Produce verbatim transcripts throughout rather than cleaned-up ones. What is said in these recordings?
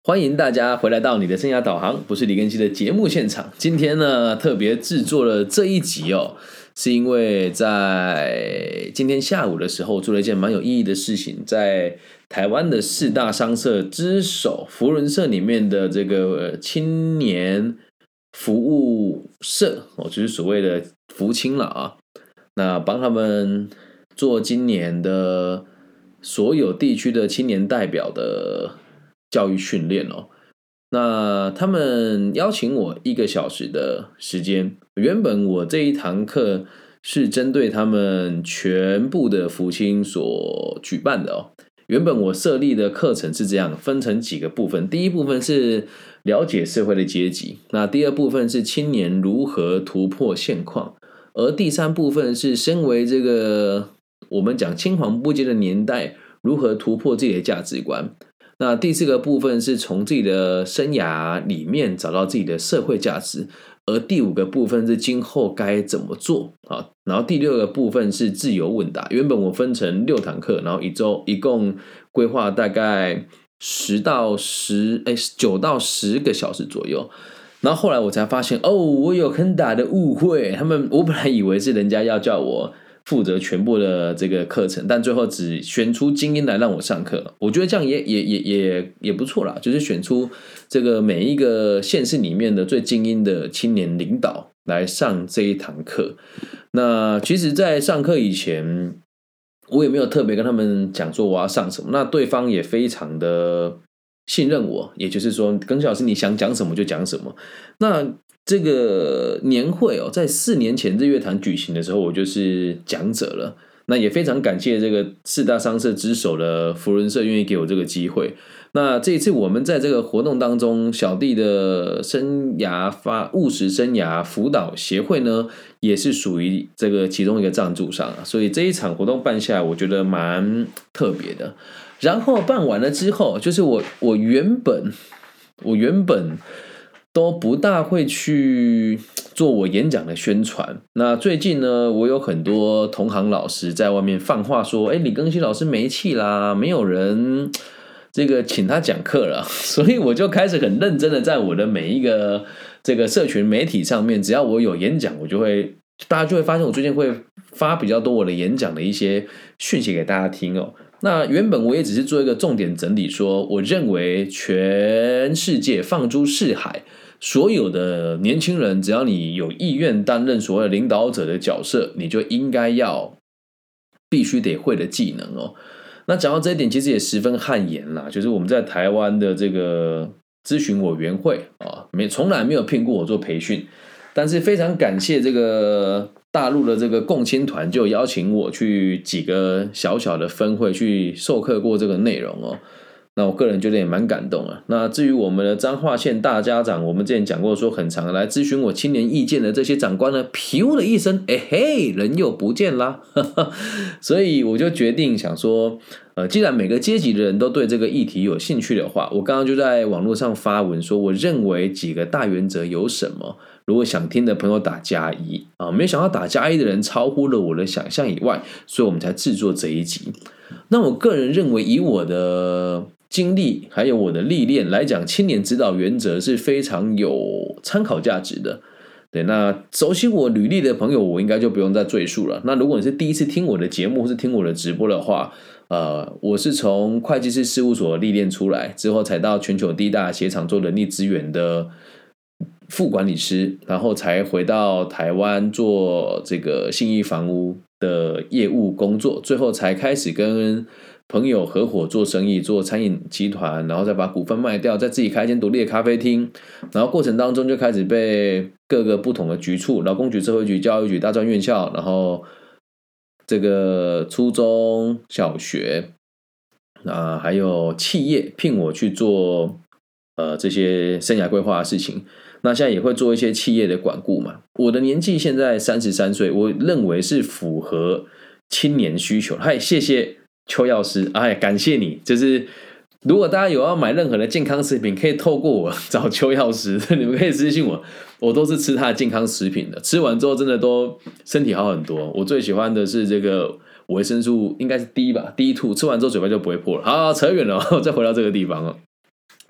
欢迎大家回来到你的生涯导航，不是李根熙的节目现场。今天呢，特别制作了这一集哦，是因为在今天下午的时候做了一件蛮有意义的事情，在台湾的四大商社之首福伦社里面的这个青年服务社哦，就是所谓的福青了啊。那帮他们做今年的所有地区的青年代表的教育训练哦。那他们邀请我一个小时的时间，原本我这一堂课是针对他们全部的福青所举办的哦。原本我设立的课程是这样，分成几个部分。第一部分是了解社会的阶级，那第二部分是青年如何突破现况，而第三部分是身为这个我们讲青黄不接的年代，如何突破自己的价值观。那第四个部分是从自己的生涯里面找到自己的社会价值，而第五个部分是今后该怎么做啊？然后第六个部分是自由问答。原本我分成六堂课，然后一周一共规划大概十到十哎九到十个小时左右。然后后来我才发现，哦，我有很大的误会。他们我本来以为是人家要叫我负责全部的这个课程，但最后只选出精英来让我上课。我觉得这样也也也也也不错啦，就是选出这个每一个县市里面的最精英的青年领导来上这一堂课。那其实在上课以前，我也没有特别跟他们讲说我要上什么，那对方也非常的信任我，也就是说耿老师你想讲什么就讲什么。那这个年会哦，在四年前日月潭举行的时候，我就是讲者了。那也非常感谢这个四大商社之首的福伦社愿意给我这个机会。那这一次我们在这个活动当中，小弟的生涯发务实生涯辅导协会呢，也是属于这个其中一个赞助商啊。所以这一场活动办下来，我觉得蛮特别的。然后办完了之后，就是我我原本我原本。都不大会去做我演讲的宣传。那最近呢，我有很多同行老师在外面放话说，哎，李庚希老师没气啦，没有人这个请他讲课了。所以我就开始很认真的在我的每一个这个社群媒体上面，只要我有演讲，我就会大家就会发现我最近会发比较多我的演讲的一些讯息给大家听哦。那原本我也只是做一个重点整理，说我认为全世界放诸四海，所有的年轻人，只要你有意愿担任所谓的领导者的角色，你就应该要必须得会的技能哦。那讲到这一点，其实也十分汗颜啦，就是我们在台湾的这个咨询委员会啊，没从来没有聘过我做培训，但是非常感谢这个大陆的这个共青团就邀请我去几个小小的分会去授课过这个内容哦。那我个人觉得也蛮感动啊。那至于我们的彰化县大家长，我们之前讲过说很常来咨询我青年意见的这些长官呢，噗的一声，哎嘿，人又不见啦。所以我就决定想说，呃，既然每个阶级的人都对这个议题有兴趣的话，我刚刚就在网络上发文说，我认为几个大原则有什么。如果想听的朋友打加一啊，没想到打加一的人超乎了我的想象以外，所以我们才制作这一集。那我个人认为，以我的经历还有我的历练来讲，青年指导原则是非常有参考价值的。对，那熟悉我履历的朋友，我应该就不用再赘述了。那如果你是第一次听我的节目或是听我的直播的话，呃，我是从会计师事务所历练出来之后，才到全球第一大鞋厂做人力资源的副管理师，然后才回到台湾做这个信义房屋的业务工作，最后才开始跟朋友合伙做生意，做餐饮集团，然后再把股份卖掉，再自己开一间独立的咖啡厅，然后过程当中就开始被各个不同的局处，劳工局、社会局、教育局、大专院校，然后这个初中小学啊，还有企业聘我去做呃这些生涯规划的事情。那现在也会做一些企业的管顾嘛。我的年纪现在三十三岁，我认为是符合青年需求。嗨，谢谢邱药师，哎，感谢你。就是如果大家有要买任何的健康食品，可以透过我找邱药师，你们可以私信我，我都是吃他的健康食品的，吃完之后真的都身体好很多。我最喜欢的是这个维生素，应该是 D 吧 ，D 二，吃完之后嘴巴就不会破了。好，扯远了，再回到这个地方哦。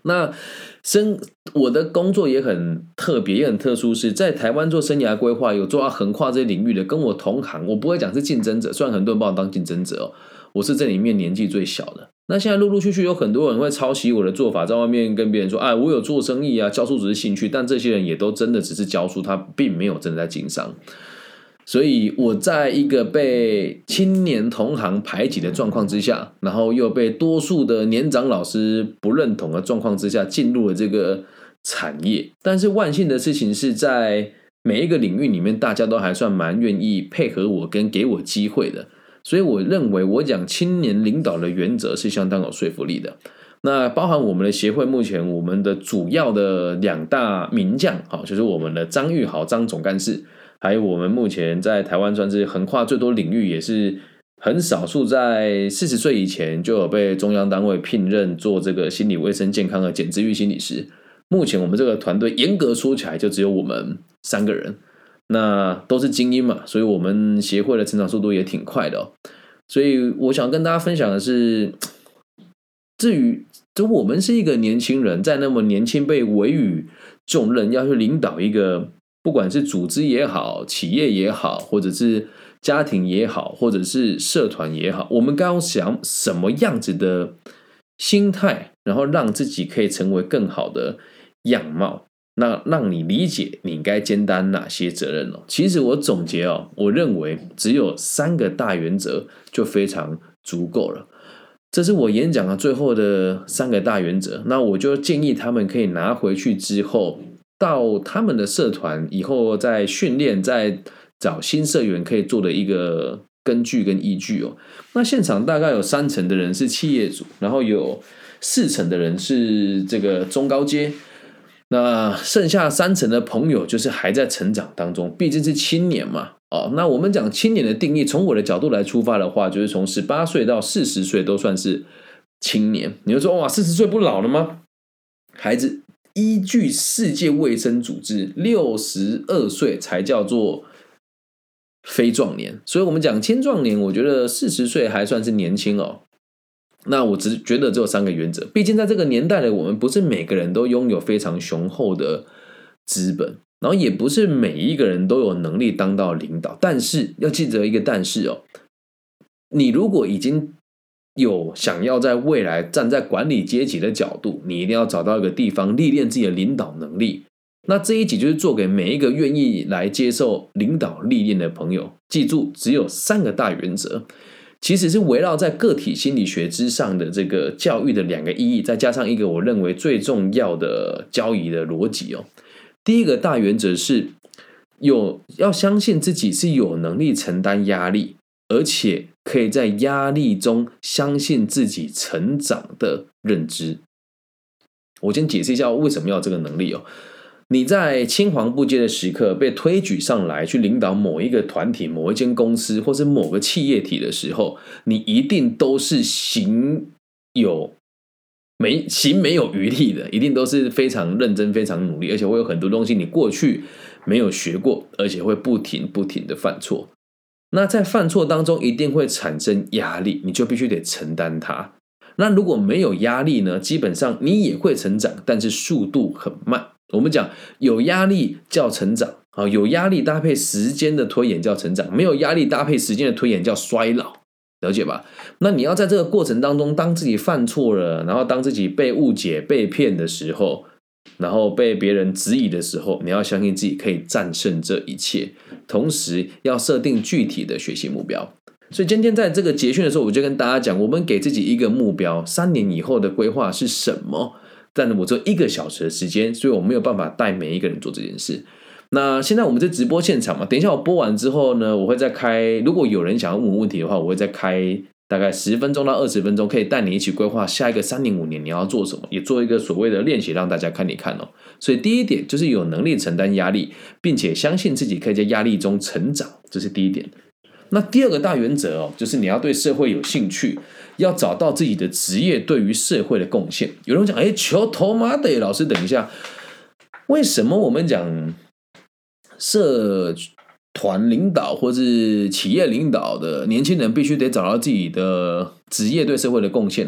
那生我的工作也很特别，也很特殊，是在台湾做生涯规划，有做到横跨这些领域的，跟我同行，我不会讲是竞争者，虽然很多人把我当竞争者哦，我是这里面年纪最小的。那现在陆陆续续有很多人会抄袭我的做法，在外面跟别人说，哎，我有做生意啊，教书只是兴趣，但这些人也都真的只是教书，他并没有真的在经商。所以我在一个被青年同行排挤的状况之下，然后又被多数的年长老师不认同的状况之下，进入了这个产业。但是万幸的事情是在每一个领域里面，大家都还算蛮愿意配合我跟给我机会的。所以我认为我讲青年领导的原则是相当有说服力的。那包含我们的协会目前我们的主要的两大名将，就是我们的张玉豪张总干事，还有我们目前在台湾算是横跨最多领域，也是很少数在四十岁以前就有被中央单位聘任做这个心理卫生健康的简之玉心理师。目前我们这个团队严格说起来就只有我们三个人，那都是精英嘛，所以我们协会的成长速度也挺快的哦。所以我想跟大家分享的是，至于就我们是一个年轻人，在那么年轻被委以重任，要去领导一个不管是组织也好，企业也好，或者是家庭也好，或者是社团也好，我们该要想什么样子的心态，然后让自己可以成为更好的样貌，那让你理解你应该肩担哪些责任哦。其实我总结哦，我认为只有三个大原则就非常足够了。这是我演讲的最后的三个大原则，那我就建议他们可以拿回去之后，到他们的社团以后再训练，再找新社员可以做的一个根据跟依据哦。那现场大概有三成的人是企业主，然后有四成的人是这个中高阶，那剩下三成的朋友就是还在成长当中，毕竟是青年嘛。哦，那我们讲青年的定义，从我的角度来出发的话，就是从十八岁到四十岁都算是青年。你就说哇，四十岁不老了吗？孩子，依据世界卫生组织，六十二岁才叫做非壮年。所以我们讲青壮年，我觉得四十岁还算是年轻哦。那我只觉得只有三个原则，毕竟在这个年代的我们，不是每个人都拥有非常雄厚的资本，然后也不是每一个人都有能力当到领导。但是要记得一个但是哦，你如果已经有想要在未来站在管理阶级的角度，你一定要找到一个地方历练自己的领导能力。那这一集就是做给每一个愿意来接受领导历练的朋友，记住只有三个大原则，其实是围绕在个体心理学之上的这个教育的两个意义，再加上一个我认为最重要的交易的逻辑哦。第一个大原则是有要相信自己是有能力承担压力，而且可以在压力中相信自己成长的认知。我先解释一下为什么要有这个能力哦。你在青黄不接的时刻被推举上来去领导某一个团体、某一间公司或是某个企业体的时候，你一定都是行有没行没有余力的，一定都是非常认真、非常努力，而且会有很多东西你过去没有学过，而且会不停不停的犯错。那在犯错当中一定会产生压力，你就必须得承担它。那如果没有压力呢，基本上你也会成长，但是速度很慢。我们讲有压力叫成长，有压力搭配时间的推演叫成长，没有压力搭配时间的推演叫衰老，了解吧？那你要在这个过程当中，当自己犯错了，然后当自己被误解、被骗的时候，然后被别人质疑的时候，你要相信自己可以战胜这一切，同时要设定具体的学习目标。所以今天在这个结训的时候，我就跟大家讲，我们给自己一个目标，三年以后的规划是什么？但我只有一个小时的时间，所以我没有办法带每一个人做这件事。那现在我们在直播现场嘛，等一下我播完之后呢，我会再开，如果有人想要问问题的话，我会再开大概十分钟到二十分钟，可以带你一起规划下一个三年五年你要做什么，也做一个所谓的练习让大家看一看哦。所以第一点就是有能力承担压力，并且相信自己可以在压力中成长，这是第一点。那第二个大原则哦，就是你要对社会有兴趣，要找到自己的职业对于社会的贡献。有人讲，哎，求头妈的，老师等一下，为什么我们讲社团领导或是企业领导的年轻人必须得找到自己的职业对社会的贡献哦？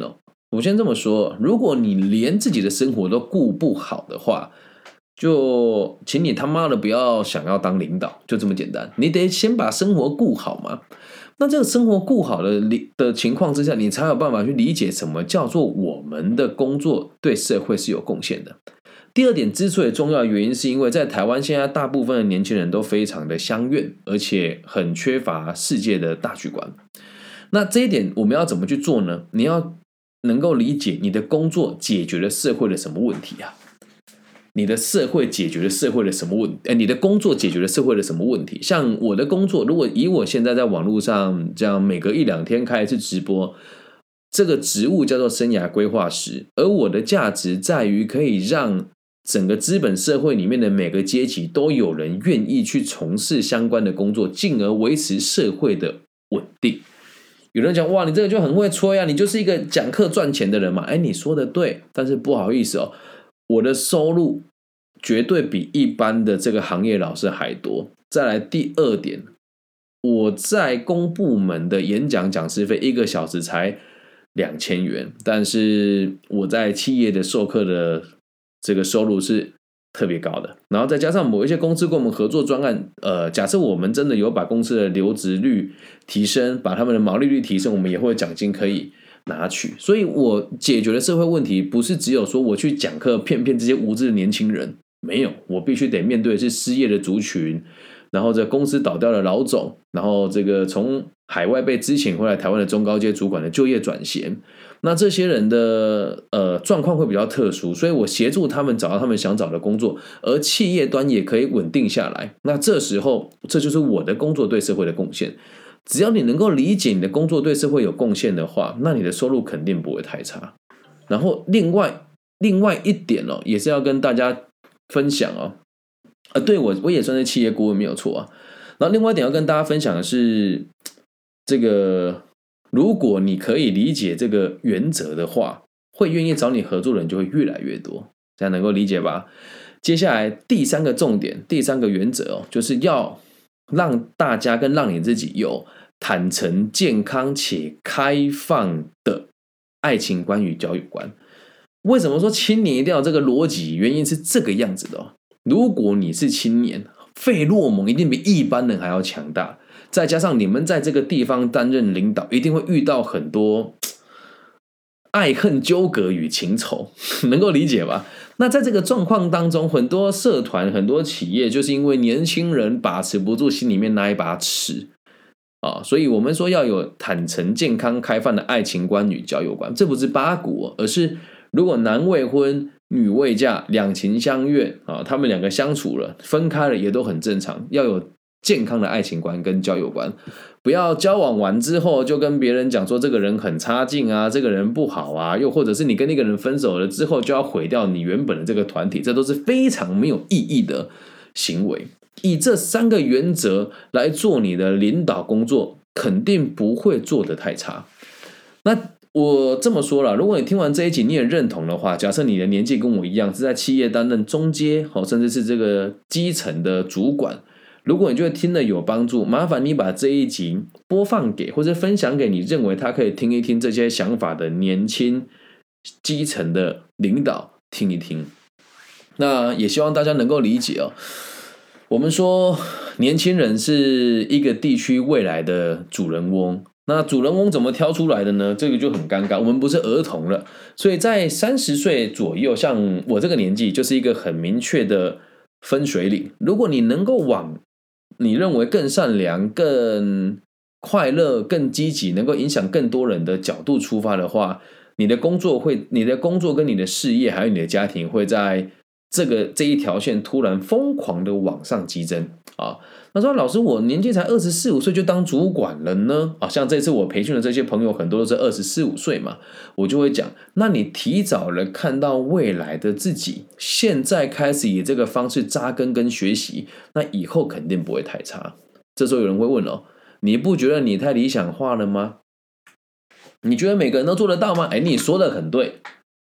我先这么说，如果你连自己的生活都顾不好的话，就请你他妈的不要想要当领导，就这么简单。你得先把生活顾好嘛。那这个生活顾好的的情况之下，你才有办法去理解什么叫做我们的工作对社会是有贡献的。第二点之所以重要的原因，是因为在台湾现在大部分的年轻人都非常的乡愿，而且很缺乏世界的大局观。那这一点我们要怎么去做呢？你要能够理解你的工作解决了社会的什么问题啊？你的社会解决了社会的什么问题？呃，你的工作解决了社会的什么问题？像我的工作，如果以我现在在网络上这样每隔一两天开一次直播，这个职务叫做生涯规划师，而我的价值在于可以让整个资本社会里面的每个阶级都有人愿意去从事相关的工作，进而维持社会的稳定。有人讲哇，你这个就很会吹啊，你就是一个讲课赚钱的人嘛。哎，你说的对，但是不好意思哦，我的收入绝对比一般的这个行业老师还多。再来第二点，我在公部门的演讲讲师费一个小时才两千元，但是我在企业的授课的这个收入是特别高的。然后再加上某一些公司跟我们合作专案，呃，假设我们真的有把公司的留职率提升，把他们的毛利率提升，我们也会有奖金可以拿取。所以我解决的社会问题不是只有说我去讲课骗骗这些无知的年轻人，没有，我必须得面对的是失业的族群，然后这公司倒掉的老总，然后这个从海外被资遣回来台湾的中高阶主管的就业转衔。那这些人的呃状况会比较特殊，所以我协助他们找到他们想找的工作，而企业端也可以稳定下来。那这时候，这就是我的工作对社会的贡献。只要你能够理解你的工作对社会有贡献的话，那你的收入肯定不会太差。然后另外另外一点哦，也是要跟大家分享哦。啊，对，我我也算是企业顾问没有错啊。然后另外一点要跟大家分享的是，这个如果你可以理解这个原则的话，会愿意找你合作的人就会越来越多，这样能够理解吧？接下来第三个重点，第三个原则哦，就是要让大家跟让你自己有坦诚、健康且开放的爱情观与交友观。为什么说青年一定要有这个逻辑？原因是这个样子的哦。如果你是青年，费洛蒙一定比一般人还要强大，再加上你们在这个地方担任领导，一定会遇到很多爱恨纠葛与情仇，能够理解吧？那在这个状况当中，很多社团、很多企业就是因为年轻人把持不住心里面那一把尺啊，所以我们说要有坦诚、健康、开放的爱情观与交友观，这不是八股哦，而是如果男未婚女未嫁，两情相悦啊，他们两个相处了，分开了也都很正常，要有健康的爱情观跟交友观，不要交往完之后就跟别人讲说这个人很差劲啊，这个人不好啊，又或者是你跟那个人分手了之后就要毁掉你原本的这个团体，这都是非常没有意义的行为。以这三个原则来做你的领导工作，肯定不会做得太差。那我这么说啦，如果你听完这一集你也认同的话，假设你的年纪跟我一样是在企业担任中阶甚至是这个基层的主管，如果你觉得听了有帮助，麻烦你把这一集播放给或者分享给你认为他可以听一听这些想法的年轻基层的领导听一听。那也希望大家能够理解哦，我们说年轻人是一个地区未来的主人翁，那主人翁怎么挑出来的呢？这个就很尴尬，我们不是儿童了，所以在三十岁左右，像我这个年纪就是一个很明确的分水岭。如果你能够往你认为更善良、更快乐、更积极，能够影响更多人的角度出发的话，你的工作会，你的工作跟你的事业还有你的家庭会在这个这一条线突然疯狂的往上激增啊！他说：“老师，我年纪才二十四五岁就当主管了呢。啊，像这次我培训的这些朋友，很多都是二十四五岁嘛，我就会讲，那你提早了看到未来的自己，现在开始以这个方式扎根跟学习，那以后肯定不会太差。这时候有人会问哦，你不觉得你太理想化了吗？你觉得每个人都做得到吗？哎，你说的很对，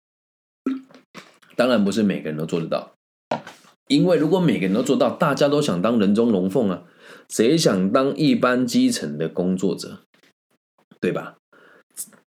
当然不是每个人都做得到。”因为如果每个人都做到，大家都想当人中龙凤啊，谁想当一般基层的工作者，对吧？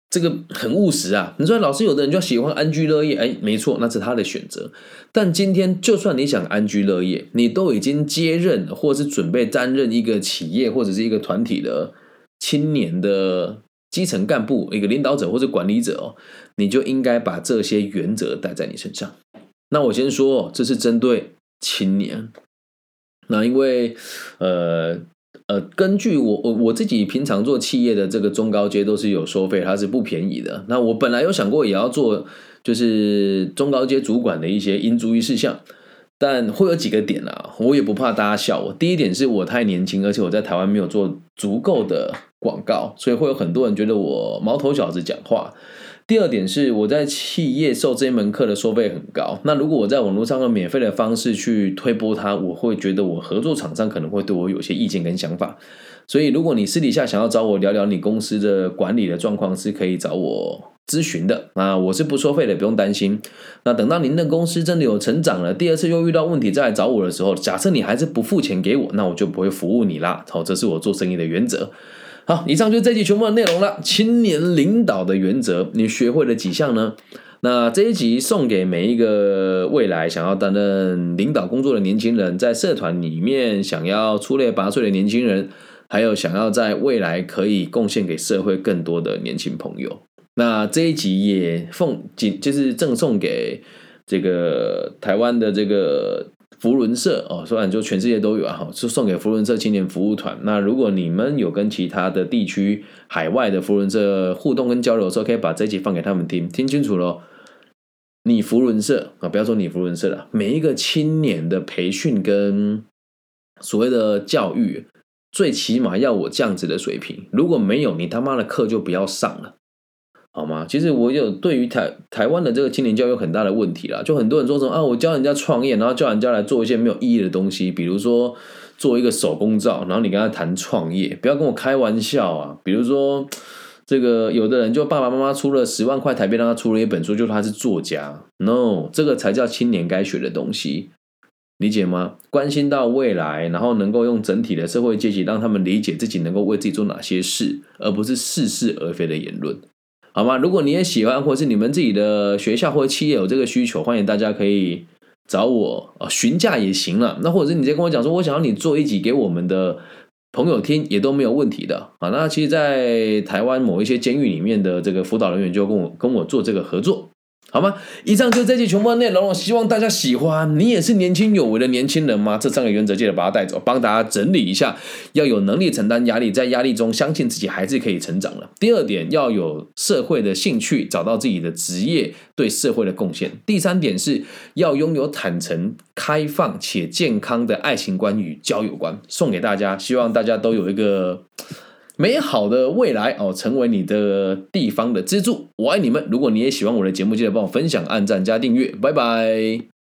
这个很务实啊。你说老师有的人就喜欢安居乐业，哎，没错，那是他的选择。但今天就算你想安居乐业，你都已经接任或是准备担任一个企业或者是一个团体的青年的基层干部，一个领导者或者管理者哦，你就应该把这些原则带在你身上。那我先说，这是针对青年。那因为呃呃，根据我我我自己平常做企业的这个中高阶都是有收费，它是不便宜的。那我本来有想过也要做，就是中高阶主管的一些应注意事项，但会有几个点啊，我也不怕大家笑我。第一点是我太年轻，而且我在台湾没有做足够的广告，所以会有很多人觉得我毛头小子讲话。第二点是我在企业授这一门课的收费很高，那如果我在网络上用免费的方式去推播它，我会觉得我合作厂商可能会对我有些意见跟想法。所以如果你私底下想要找我聊聊你公司的管理的状况，是可以找我咨询的。那我是不收费的，不用担心。那等到您的公司真的有成长了，第二次又遇到问题再来找我的时候，假设你还是不付钱给我，那我就不会服务你啦。好，这是我做生意的原则。好，以上就是这一集全部的内容了。青年领导的原则，你学会了几项呢？那这一集送给每一个未来想要担任领导工作的年轻人，在社团里面想要出类拔萃的年轻人，还有想要在未来可以贡献给社会更多的年轻朋友。那这一集也奉就是赠送给这个台湾的这个扶轮社哦，虽然就全世界都有啊，就送给扶轮社青年服务团。那如果你们有跟其他的地区海外的扶轮社互动跟交流的时候，可以把这一集放给他们听，听清楚咯。你扶轮社啊，不要说你扶轮社了，每一个青年的培训跟所谓的教育，最起码要我这样子的水平。如果没有，你他妈的课就不要上了。好吗？其实我有对于台台湾的这个青年教育有很大的问题啦，就很多人说什么啊，我教人家创业，然后叫人家来做一些没有意义的东西，比如说做一个手工皂，然后你跟他谈创业，不要跟我开玩笑啊！比如说这个有的人就爸爸妈妈出了十万块台币让他出了一本书，就说他是作家 ，no， 这个才叫青年该学的东西，理解吗？关心到未来，然后能够用整体的社会阶级让他们理解自己能够为自己做哪些事，而不是似是而非的言论。好吗？如果你也喜欢，或是你们自己的学校或企业有这个需求，欢迎大家可以找我啊，询价也行了。那或者是你直接跟我讲说，我想要你做一集给我们的朋友听，也都没有问题的啊。那其实，在台湾某一些监狱里面的这个辅导人员就跟我跟我做这个合作。好吗？以上就是这期全部的内容，希望大家喜欢。你也是年轻有为的年轻人吗？这三个原则记得把它带走，帮大家整理一下。要有能力承担压力，在压力中相信自己还是可以成长的。第二点，要有社会的兴趣，找到自己的职业对社会的贡献。第三点是要拥有坦诚、开放且健康的爱情观与交友观。送给大家，希望大家都有一个美好的未来哦，成为你的地方的支柱。我爱你们！如果你也喜欢我的节目，记得帮我分享、按赞加订阅。拜拜。